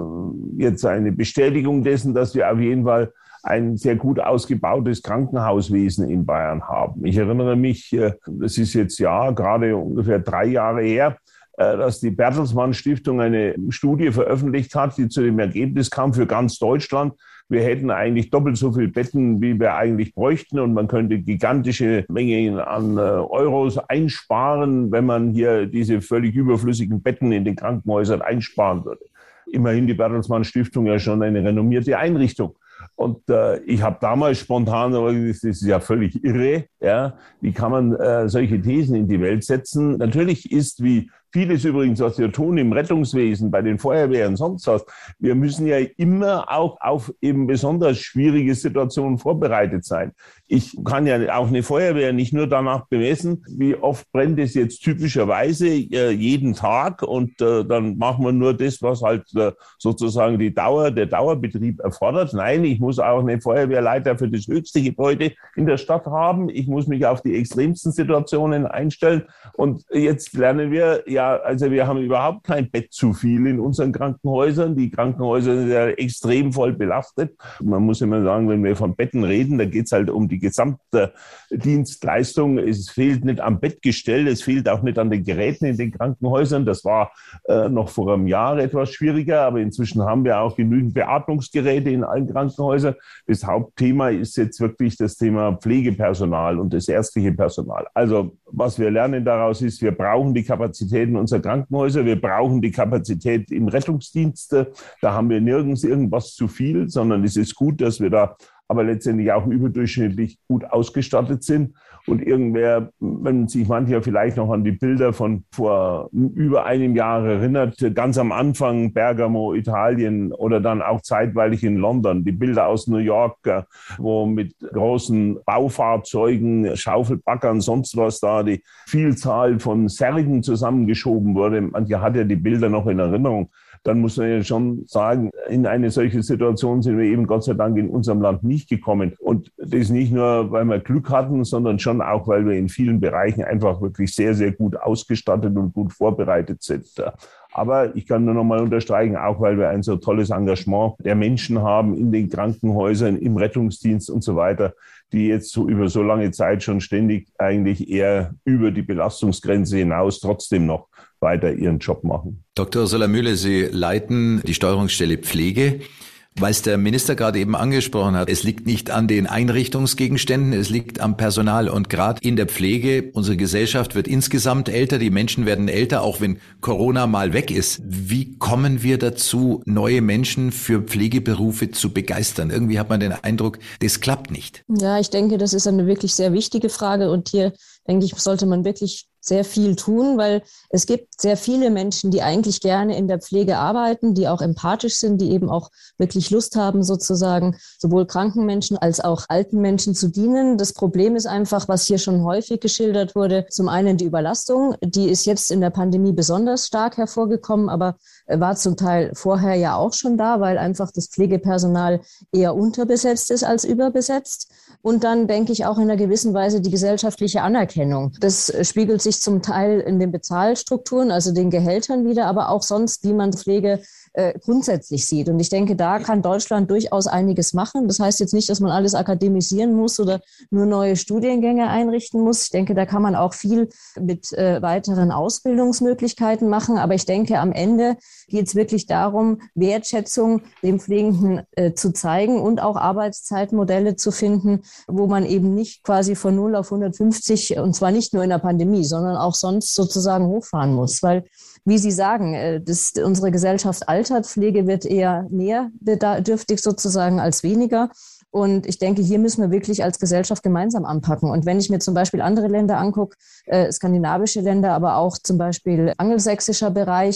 S5: jetzt eine Bestätigung dessen, dass wir auf jeden Fall ein sehr gut ausgebautes Krankenhauswesen in Bayern haben. Ich erinnere mich, das ist jetzt gerade ungefähr 3 Jahre her, dass die Bertelsmann Stiftung eine Studie veröffentlicht hat, die zu dem Ergebnis kam für ganz Deutschland, wir hätten eigentlich doppelt so viele Betten, wie wir eigentlich bräuchten, und man könnte gigantische Mengen an Euros einsparen, wenn man hier diese völlig überflüssigen Betten in den Krankenhäusern einsparen würde. Immerhin die Bertelsmann Stiftung ja schon eine renommierte Einrichtung. Und ich habe damals spontan gesagt, das ist ja völlig irre. Ja? Wie kann man solche Thesen in die Welt setzen? Natürlich ist, wie vieles übrigens, was wir tun im Rettungswesen, bei den Feuerwehren, sonst was, wir müssen ja immer auch auf eben besonders schwierige Situationen vorbereitet sein. Ich kann ja auch eine Feuerwehr nicht nur danach bemessen, wie oft brennt es jetzt typischerweise jeden Tag, und dann machen wir nur das, was halt sozusagen der Dauerbetrieb erfordert. Nein, ich muss auch eine Feuerwehrleiter für das höchste Gebäude in der Stadt haben. Ich muss mich auf die extremsten Situationen einstellen. Und jetzt lernen wir, also wir haben überhaupt kein Bett zu viel in unseren Krankenhäusern. Die Krankenhäuser sind ja extrem voll belastet. Man muss immer sagen, wenn wir von Betten reden, da geht es halt um die gesamte Dienstleistung. Es fehlt nicht am Bettgestell, es fehlt auch nicht an den Geräten in den Krankenhäusern. Das war noch vor einem Jahr etwas schwieriger, aber inzwischen haben wir auch genügend Beatmungsgeräte in allen Krankenhäusern. Das Hauptthema ist jetzt wirklich das Thema Pflegepersonal und das ärztliche Personal. Also was wir lernen daraus ist, wir brauchen die Kapazitäten unserer Krankenhäuser, wir brauchen die Kapazität im Rettungsdienst. Da haben wir nirgends irgendwas zu viel, sondern es ist gut, dass wir da aber letztendlich auch überdurchschnittlich gut ausgestattet sind. Und irgendwer, wenn sich mancher vielleicht noch an die Bilder von vor über einem Jahr erinnert, ganz am Anfang Bergamo, Italien, oder dann auch zeitweilig in London, die Bilder aus New York, wo mit großen Baufahrzeugen, Schaufelbaggern, sonst was da die Vielzahl von Särgen zusammengeschoben wurde. Mancher hat ja die Bilder noch in Erinnerung. Dann muss man ja schon sagen, in eine solche Situation sind wir eben Gott sei Dank in unserem Land nicht gekommen. Und das nicht nur, weil wir Glück hatten, sondern schon auch, weil wir in vielen Bereichen einfach wirklich sehr, sehr gut ausgestattet und gut vorbereitet sind. Aber ich kann nur noch mal unterstreichen, auch weil wir ein so tolles Engagement der Menschen haben in den Krankenhäusern, im Rettungsdienst und so weiter, die jetzt so über so lange Zeit schon ständig eigentlich eher über die Belastungsgrenze hinaus trotzdem noch weiter ihren Job machen.
S1: Dr. Ursula Mühle, Sie leiten die Steuerungsstelle Pflege. Weil es der Minister gerade eben angesprochen hat, es liegt nicht an den Einrichtungsgegenständen, es liegt am Personal. Und gerade in der Pflege, unsere Gesellschaft wird insgesamt älter, die Menschen werden älter, auch wenn Corona mal weg ist. Wie kommen wir dazu, neue Menschen für Pflegeberufe zu begeistern? Irgendwie hat man den Eindruck, das klappt nicht.
S4: Ja, ich denke, das ist eine wirklich sehr wichtige Frage, und hier, denke ich, sollte man wirklich sehr viel tun, weil es gibt sehr viele Menschen, die eigentlich gerne in der Pflege arbeiten, die auch empathisch sind, die eben auch wirklich Lust haben, sozusagen sowohl kranken Menschen als auch alten Menschen zu dienen. Das Problem ist einfach, was hier schon häufig geschildert wurde, zum einen die Überlastung, die ist jetzt in der Pandemie besonders stark hervorgekommen, aber war zum Teil vorher ja auch schon da, weil einfach das Pflegepersonal eher unterbesetzt ist als überbesetzt. Und dann denke ich auch in einer gewissen Weise die gesellschaftliche Anerkennung. Das spiegelt sich zum Teil in den Bezahlstrukturen, also den Gehältern wieder, aber auch sonst, wie man Pflege grundsätzlich sieht. Und ich denke, da kann Deutschland durchaus einiges machen. Das heißt jetzt nicht, dass man alles akademisieren muss oder nur neue Studiengänge einrichten muss. Ich denke, da kann man auch viel mit weiteren Ausbildungsmöglichkeiten machen. Aber ich denke, am Ende geht es wirklich darum, Wertschätzung dem Pflegenden zu zeigen und auch Arbeitszeitmodelle zu finden, wo man eben nicht quasi von 0 auf 150, und zwar nicht nur in der Pandemie, sondern auch sonst sozusagen hochfahren muss. Weil, wie Sie sagen, unsere Gesellschaft altert, Pflege wird eher mehr bedürftig sozusagen als weniger. Und ich denke, hier müssen wir wirklich als Gesellschaft gemeinsam anpacken. Und wenn ich mir zum Beispiel andere Länder angucke, skandinavische Länder, aber auch zum Beispiel angelsächsischer Bereich,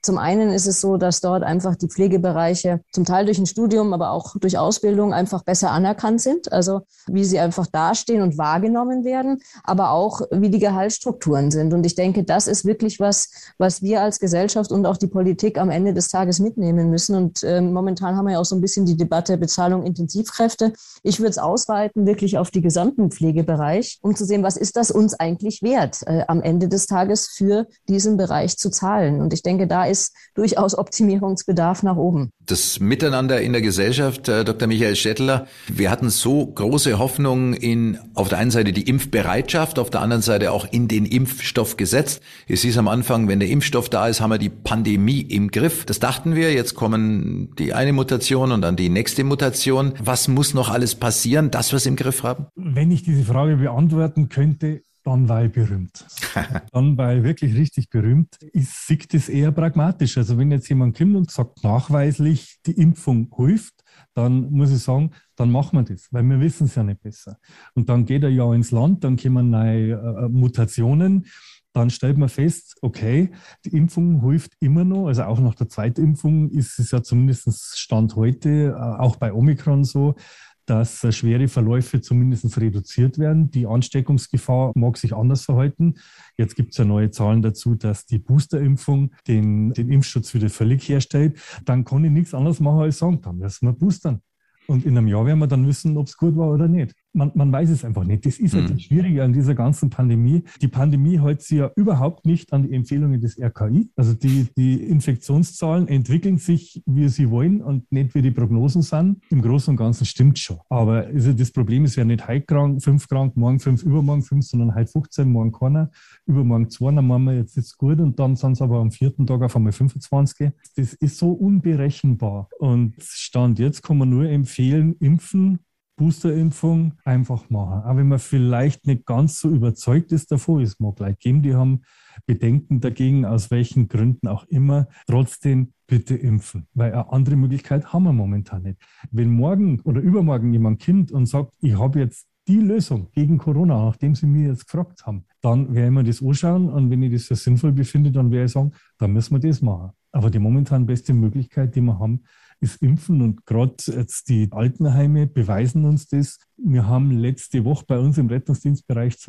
S4: Zum einen ist es so, dass dort einfach die Pflegebereiche zum Teil durch ein Studium, aber auch durch Ausbildung einfach besser anerkannt sind. Also wie sie einfach dastehen und wahrgenommen werden, aber auch wie die Gehaltsstrukturen sind. Und ich denke, das ist wirklich was wir als Gesellschaft und auch die Politik am Ende des Tages mitnehmen müssen. Und momentan haben wir ja auch so ein bisschen die Debatte Bezahlung Intensivkräfte. Ich würde es ausweiten wirklich auf die gesamten Pflegebereich, um zu sehen, was ist das uns eigentlich wert, am Ende des Tages für diesen Bereich zu zahlen. Und ich denke, da ist durchaus Optimierungsbedarf nach oben.
S1: Das Miteinander in der Gesellschaft, Dr. Michael Stettler, wir hatten so große Hoffnungen in auf der einen Seite die Impfbereitschaft, auf der anderen Seite auch in den Impfstoff gesetzt. Es hieß am Anfang, wenn der Impfstoff da ist, haben wir die Pandemie im Griff. Das dachten wir, jetzt kommen die eine Mutation und dann die nächste Mutation. Was muss noch alles passieren, dass wir es im Griff haben?
S2: Wenn ich diese Frage beantworten könnte, dann war ich berühmt. Dann war ich wirklich richtig berühmt. Ich sehe das eher pragmatisch. Also wenn jetzt jemand kommt und sagt, nachweislich die Impfung hilft, dann muss ich sagen, dann machen wir das, weil wir wissen es ja nicht besser. Und dann geht er ja ins Land, dann kommen neue Mutationen, dann stellt man fest, okay, die Impfung hilft immer noch, also auch nach der Zweitimpfung ist es ja zumindest Stand heute, auch bei Omikron so, dass schwere Verläufe zumindest reduziert werden. Die Ansteckungsgefahr mag sich anders verhalten. Jetzt gibt es ja neue Zahlen dazu, dass die Boosterimpfung den Impfschutz wieder völlig herstellt. Dann kann ich nichts anderes machen als sagen, dann müssen wir boostern. Und in einem Jahr werden wir dann wissen, ob es gut war oder nicht. Man weiß es einfach nicht. Das ist halt das Schwierige an dieser ganzen Pandemie. Die Pandemie hält sich ja überhaupt nicht an die Empfehlungen des RKI. Also die Infektionszahlen entwickeln sich, wie sie wollen und nicht, wie die Prognosen sind. Im Großen und Ganzen stimmt schon. Aber also das Problem ist ja nicht heute krank, 5 krank, morgen 5, übermorgen 5, sondern heute 15, morgen keiner, übermorgen 2, dann machen wir jetzt gut und dann sind es aber am 4. Tag auf einmal 25. Das ist so unberechenbar. Und Stand jetzt kann man nur empfehlen, impfen, Boosterimpfung einfach machen. Auch wenn man vielleicht nicht ganz so überzeugt ist davon, es mag Leute geben, die haben Bedenken dagegen, aus welchen Gründen auch immer, trotzdem bitte impfen, weil eine andere Möglichkeit haben wir momentan nicht. Wenn morgen oder übermorgen jemand kommt und sagt, ich habe jetzt die Lösung gegen Corona, nachdem Sie mir jetzt gefragt haben, dann werde ich mir das anschauen und wenn ich das für sinnvoll befinde, dann werde ich sagen, dann müssen wir das machen. Aber die momentan beste Möglichkeit, die wir haben, ist Impfen und gerade jetzt die Altenheime beweisen uns das. Wir haben letzte Woche bei uns im Rettungsdienstbereich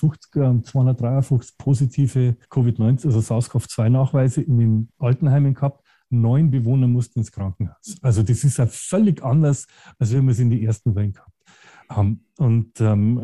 S2: 253 positive Covid-19, also SARS-CoV-2-Nachweise in den Altenheimen gehabt. 9 Bewohner mussten ins Krankenhaus. Also das ist ja völlig anders, als wenn wir es in die ersten Wellen gehabt haben. Und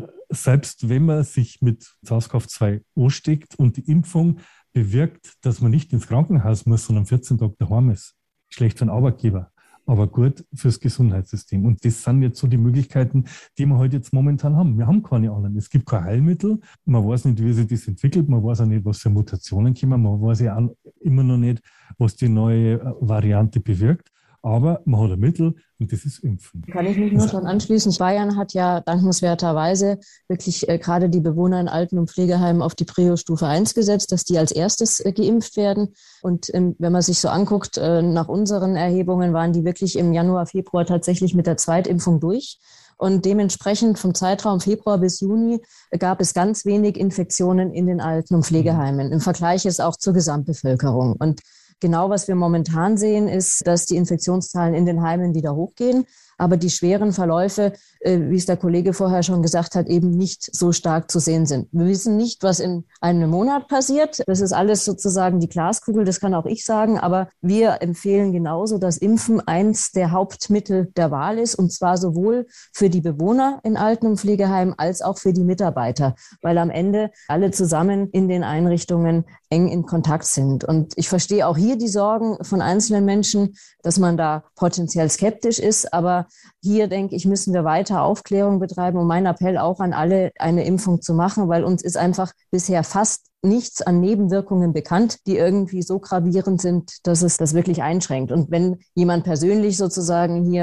S2: selbst wenn man sich mit SARS-CoV-2 ansteckt und die Impfung bewirkt, dass man nicht ins Krankenhaus muss, sondern 14 Tage daheim ist. Schlecht für den Arbeitgeber, aber gut fürs Gesundheitssystem. Und das sind jetzt so die Möglichkeiten, die wir heute jetzt momentan haben. Wir haben keine anderen. Es gibt kein Heilmittel. Man weiß nicht, wie sich das entwickelt. Man weiß auch nicht, was für Mutationen kommen. Man weiß ja auch immer noch nicht, was die neue Variante bewirkt. Aber man hat ein Mittel und das ist Impfen.
S4: Kann ich mich nur daran anschließen. Bayern hat ja dankenswerterweise wirklich gerade die Bewohner in Alten- und Pflegeheimen auf die Prio-Stufe 1 gesetzt, dass die als erstes geimpft werden. Und wenn man sich so anguckt, nach unseren Erhebungen waren die wirklich im Januar, Februar tatsächlich mit der Zweitimpfung durch. Und dementsprechend vom Zeitraum Februar bis Juni gab es ganz wenig Infektionen in den Alten- und Pflegeheimen. Im Vergleich jetzt auch zur Gesamtbevölkerung. Und genau, was wir momentan sehen, ist, dass die Infektionszahlen in den Heimen wieder hochgehen, aber die schweren Verläufe, wie es der Kollege vorher schon gesagt hat, eben nicht so stark zu sehen sind. Wir wissen nicht, was in einem Monat passiert. Das ist alles sozusagen die Glaskugel, das kann auch ich sagen, aber wir empfehlen genauso, dass Impfen eins der Hauptmittel der Wahl ist, und zwar sowohl für die Bewohner in Alten- und Pflegeheimen als auch für die Mitarbeiter, weil am Ende alle zusammen in den Einrichtungen eng in Kontakt sind. Und ich verstehe auch hier die Sorgen von einzelnen Menschen, dass man da potenziell skeptisch ist, aber hier, denke ich, müssen wir weiter Aufklärung betreiben und mein Appell auch an alle, eine Impfung zu machen, weil uns ist einfach bisher fast nichts an Nebenwirkungen bekannt, die irgendwie so gravierend sind, dass es das wirklich einschränkt. Und wenn jemand persönlich sozusagen hier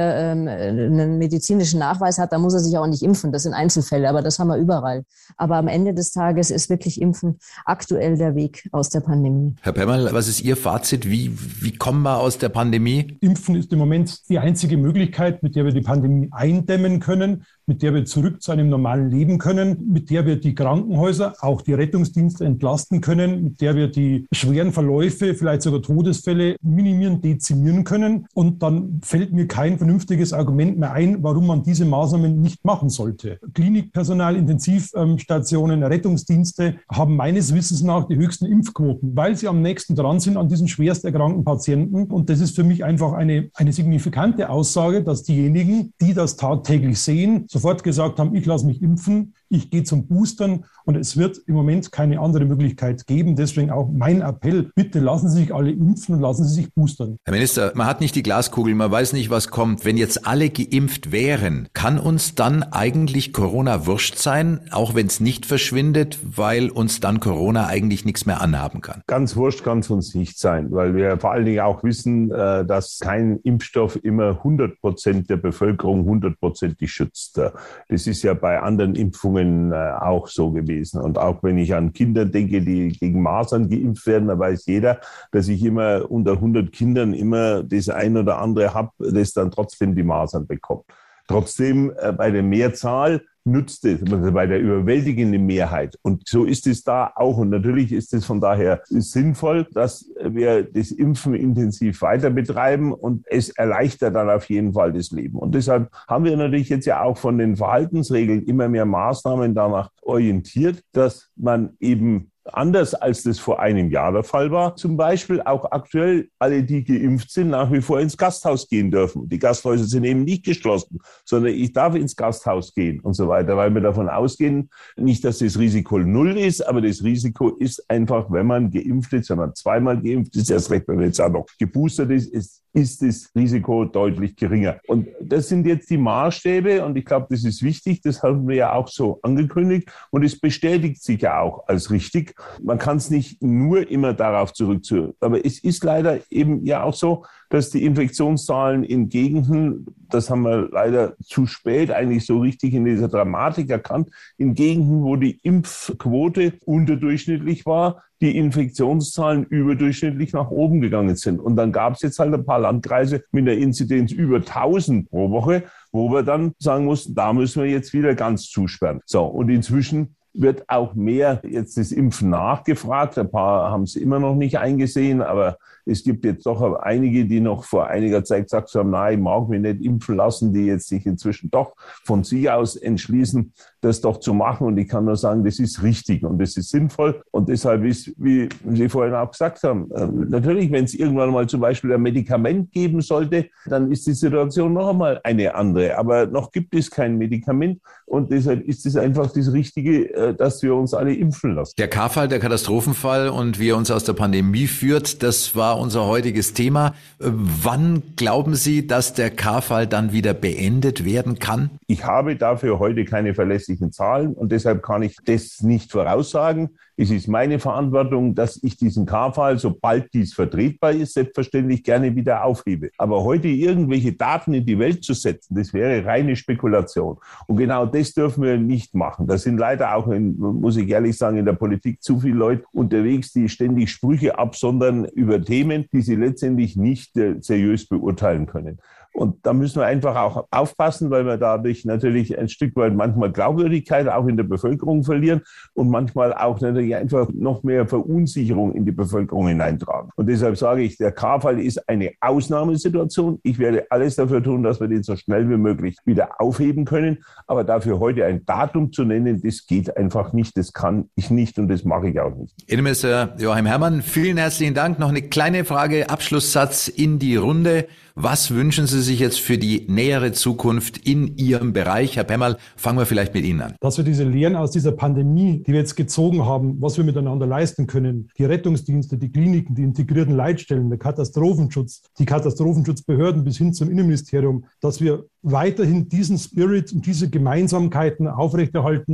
S4: einen medizinischen Nachweis hat, dann muss er sich auch nicht impfen. Das sind Einzelfälle, aber das haben wir überall. Aber am Ende des Tages ist wirklich Impfen aktuell der Weg aus der Pandemie.
S1: Herr Pemmerl, was ist Ihr Fazit? Wie kommen wir aus der Pandemie?
S3: Impfen ist im Moment die einzige Möglichkeit, mit der wir die Pandemie eindämmen können. mit der wir zurück zu einem normalen Leben können, mit der wir die Krankenhäuser, auch die Rettungsdienste entlasten können, mit der wir die schweren Verläufe, vielleicht sogar Todesfälle minimieren, dezimieren können. Und dann fällt mir kein vernünftiges Argument mehr ein, warum man diese Maßnahmen nicht machen sollte. Klinikpersonal, Intensivstationen, Rettungsdienste haben meines Wissens nach die höchsten Impfquoten, weil sie am nächsten dran sind an diesen schwerst erkrankten Patienten. Und das ist für mich einfach eine signifikante Aussage, dass diejenigen, die das tagtäglich sehen, sofort gesagt haben, ich lasse mich impfen, ich gehe zum Boostern und es wird im Moment keine andere Möglichkeit geben. Deswegen auch mein Appell, bitte lassen Sie sich alle impfen und lassen Sie sich boostern.
S1: Herr Minister, man hat nicht die Glaskugel, man weiß nicht, was kommt. Wenn jetzt alle geimpft wären, kann uns dann eigentlich Corona wurscht sein, auch wenn es nicht verschwindet, weil uns dann Corona eigentlich nichts mehr anhaben kann?
S5: Ganz wurscht kann es uns nicht sein, weil wir vor allen Dingen auch wissen, dass kein Impfstoff immer 100% der Bevölkerung 100%ig schützt. Das ist ja bei anderen Impfungen auch so gewesen. Und auch wenn ich an Kinder denke, die gegen Masern geimpft werden, da weiß jeder, dass ich immer unter 100 Kindern immer das ein oder andere habe, das dann trotzdem die Masern bekommt. Trotzdem bei der Mehrzahl nützt es, bei der überwältigenden Mehrheit. Und so ist es da auch. Und natürlich ist es von daher sinnvoll, dass wir das Impfen intensiv weiter betreiben und es erleichtert dann auf jeden Fall das Leben. Und deshalb haben wir natürlich jetzt ja auch von den Verhaltensregeln immer mehr Maßnahmen danach orientiert, dass man eben anders als das vor einem Jahr der Fall war, zum Beispiel auch aktuell alle, die geimpft sind, nach wie vor ins Gasthaus gehen dürfen. Die Gasthäuser sind eben nicht geschlossen, sondern ich darf ins Gasthaus gehen und so weiter, weil wir davon ausgehen, nicht, dass das Risiko null ist, aber das Risiko ist einfach, wenn man geimpft ist, wenn man zweimal geimpft ist, erst recht, wenn man jetzt auch noch geboostert ist das Risiko deutlich geringer. Und das sind jetzt die Maßstäbe und ich glaube, das ist wichtig, das haben wir ja auch so angekündigt und es bestätigt sich ja auch als richtig. Man kann es nicht nur immer darauf zurückführen, aber es ist leider eben ja auch so, dass die Infektionszahlen in Gegenden, das haben wir leider zu spät eigentlich so richtig in dieser Dramatik erkannt, in Gegenden, wo die Impfquote unterdurchschnittlich war, die Infektionszahlen überdurchschnittlich nach oben gegangen sind. Und dann gab es jetzt halt ein paar Landkreise mit der Inzidenz über 1000 pro Woche, wo wir dann sagen mussten, da müssen wir jetzt wieder ganz zusperren. So, und inzwischen wird auch mehr jetzt das Impfen nachgefragt. Ein paar haben es immer noch nicht eingesehen, aber es gibt jetzt doch einige, die noch vor einiger Zeit gesagt haben, nein, ich mag mich nicht impfen lassen, die jetzt sich inzwischen doch von sich aus entschließen, das doch zu machen. Und ich kann nur sagen, das ist richtig und das ist sinnvoll. Und deshalb ist, wie Sie vorhin auch gesagt haben, natürlich, wenn es irgendwann mal zum Beispiel ein Medikament geben sollte, dann ist die Situation noch einmal eine andere. Aber noch gibt es kein Medikament und deshalb ist es einfach das Richtige, dass wir uns alle impfen lassen.
S1: Der K-Fall, der Katastrophenfall und wie er uns aus der Pandemie führt, das war unser heutiges Thema. Wann glauben Sie, dass der K-Fall dann wieder beendet werden kann?
S5: Ich habe dafür heute keine verlässlichen Zahlen und deshalb kann ich das nicht voraussagen. Es ist meine Verantwortung, dass ich diesen K-Fall, sobald dies vertretbar ist, selbstverständlich gerne wieder aufhebe. Aber heute irgendwelche Daten in die Welt zu setzen, das wäre reine Spekulation. Und genau das dürfen wir nicht machen. Da sind leider auch, muss ich ehrlich sagen, in der Politik zu viele Leute unterwegs, die ständig Sprüche absondern über Themen, die sie letztendlich nicht seriös beurteilen können. Und da müssen wir einfach auch aufpassen, weil wir dadurch natürlich ein Stück weit manchmal Glaubwürdigkeit auch in der Bevölkerung verlieren und manchmal auch natürlich einfach noch mehr Verunsicherung in die Bevölkerung hineintragen. Und deshalb sage ich, der K-Fall ist eine Ausnahmesituation. Ich werde alles dafür tun, dass wir den so schnell wie möglich wieder aufheben können. Aber dafür heute ein Datum zu nennen, das geht einfach nicht. Das kann ich nicht und das mache ich auch nicht.
S1: Innenminister Joachim Herrmann, vielen herzlichen Dank. Noch eine kleine Frage, Abschlusssatz in die Runde. Was wünschen Sie sich jetzt für die nähere Zukunft in Ihrem Bereich? Herr Pemmerl, fangen wir vielleicht mit Ihnen an.
S3: Dass wir diese Lehren aus dieser Pandemie, die wir jetzt gezogen haben, was wir miteinander leisten können, die Rettungsdienste, die Kliniken, die integrierten Leitstellen, der Katastrophenschutz, die Katastrophenschutzbehörden bis hin zum Innenministerium, dass wir weiterhin diesen Spirit und diese Gemeinsamkeiten aufrechterhalten,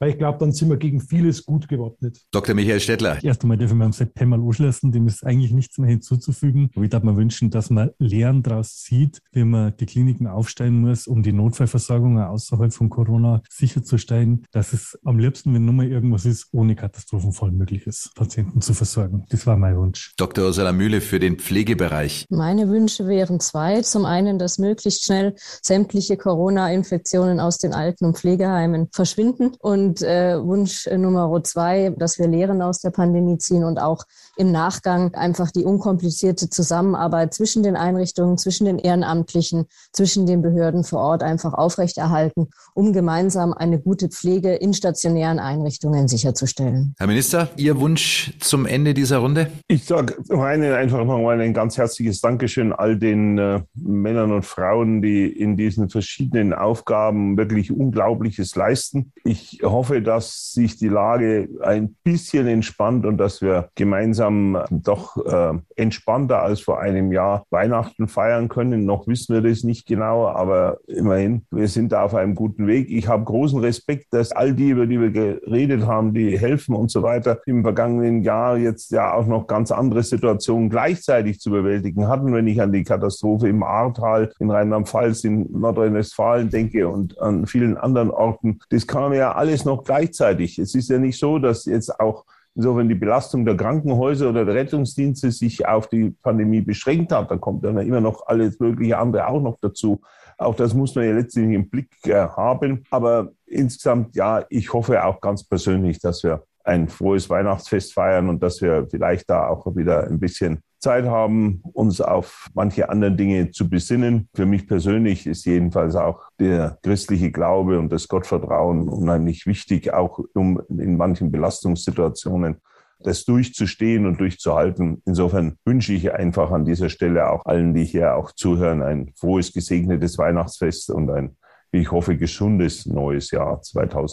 S3: weil ich glaube, dann sind wir gegen vieles gut gewappnet.
S1: Dr. Michael Stettler.
S2: Erst einmal dürfen wir im September anschließen, dem ist eigentlich nichts mehr hinzuzufügen. Aber ich darf mir wünschen, dass man Lehren daraus zieht, wie man die Kliniken aufstellen muss, um die Notfallversorgung außerhalb von Corona sicherzustellen, dass es am liebsten, wenn nur mal irgendwas ist, ohne Katastrophenfall möglich ist, Patienten zu versorgen. Das war mein Wunsch.
S1: Dr. Ursula Mühle für den Pflegebereich.
S4: Meine Wünsche wären zwei. Zum einen, dass möglichst schnell sämtliche Corona-Infektionen aus den Alten- und Pflegeheimen verschwinden. Und Wunsch Nummer 2, dass wir Lehren aus der Pandemie ziehen und auch im Nachgang einfach die unkomplizierte Zusammenarbeit zwischen den Einrichtungen, zwischen den Ehrenamtlichen, zwischen den Behörden vor Ort einfach aufrechterhalten, um gemeinsam eine gute Pflege in stationären Einrichtungen sicherzustellen.
S1: Herr Minister, Ihr Wunsch zum Ende dieser Runde?
S5: Ich sage einfach nochmal ein ganz herzliches Dankeschön all den Männern und Frauen, die in diesen verschiedenen Aufgaben wirklich Unglaubliches leisten. Ich hoffe, dass sich die Lage ein bisschen entspannt und dass wir gemeinsam doch entspannter als vor einem Jahr Weihnachten feiern können. Noch wissen wir das nicht genau, aber immerhin, wir sind da auf einem guten Weg. Ich habe großen Respekt, dass all die, über die wir geredet haben, die helfen und so weiter, im vergangenen Jahr jetzt ja auch noch ganz andere Situationen gleichzeitig zu bewältigen hatten. Wenn ich an die Katastrophe im Ahrtal, in Rheinland-Pfalz, in Nordrhein-Westfalen denke und an vielen anderen Orten, das kam ja alles noch gleichzeitig. Es ist ja nicht so, dass jetzt auch insofern die Belastung der Krankenhäuser oder der Rettungsdienste sich auf die Pandemie beschränkt hat. Da kommt dann immer noch alles mögliche andere auch noch dazu. Auch das muss man ja letztendlich im Blick haben. Aber insgesamt, ja, ich hoffe auch ganz persönlich, dass wir ein frohes Weihnachtsfest feiern und dass wir vielleicht da auch wieder ein bisschen Zeit haben, uns auf manche anderen Dinge zu besinnen. Für mich persönlich ist jedenfalls auch der christliche Glaube und das Gottvertrauen unheimlich wichtig, auch um in manchen Belastungssituationen das durchzustehen und durchzuhalten. Insofern wünsche ich einfach an dieser Stelle auch allen, die hier auch zuhören, ein frohes, gesegnetes Weihnachtsfest und ein, wie ich hoffe, gesundes neues Jahr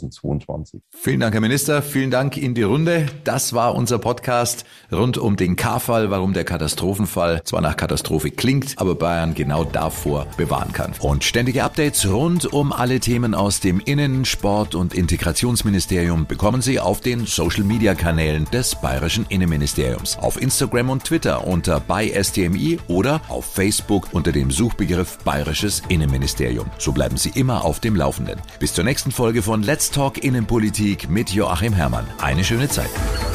S5: 2022.
S1: Vielen Dank, Herr Minister. Vielen Dank in die Runde. Das war unser Podcast rund um den K-Fall, warum der Katastrophenfall zwar nach Katastrophe klingt, aber Bayern genau davor bewahren kann. Und ständige Updates rund um alle Themen aus dem Innen-, Sport- und Integrationsministerium bekommen Sie auf den Social-Media-Kanälen des Bayerischen Innenministeriums. Auf Instagram und Twitter unter BeiSTMI oder auf Facebook unter dem Suchbegriff Bayerisches Innenministerium. So bleiben Sie immer auf dem Laufenden. Bis zur nächsten Folge von Let's Talk Innenpolitik mit Joachim Herrmann. Eine schöne Zeit.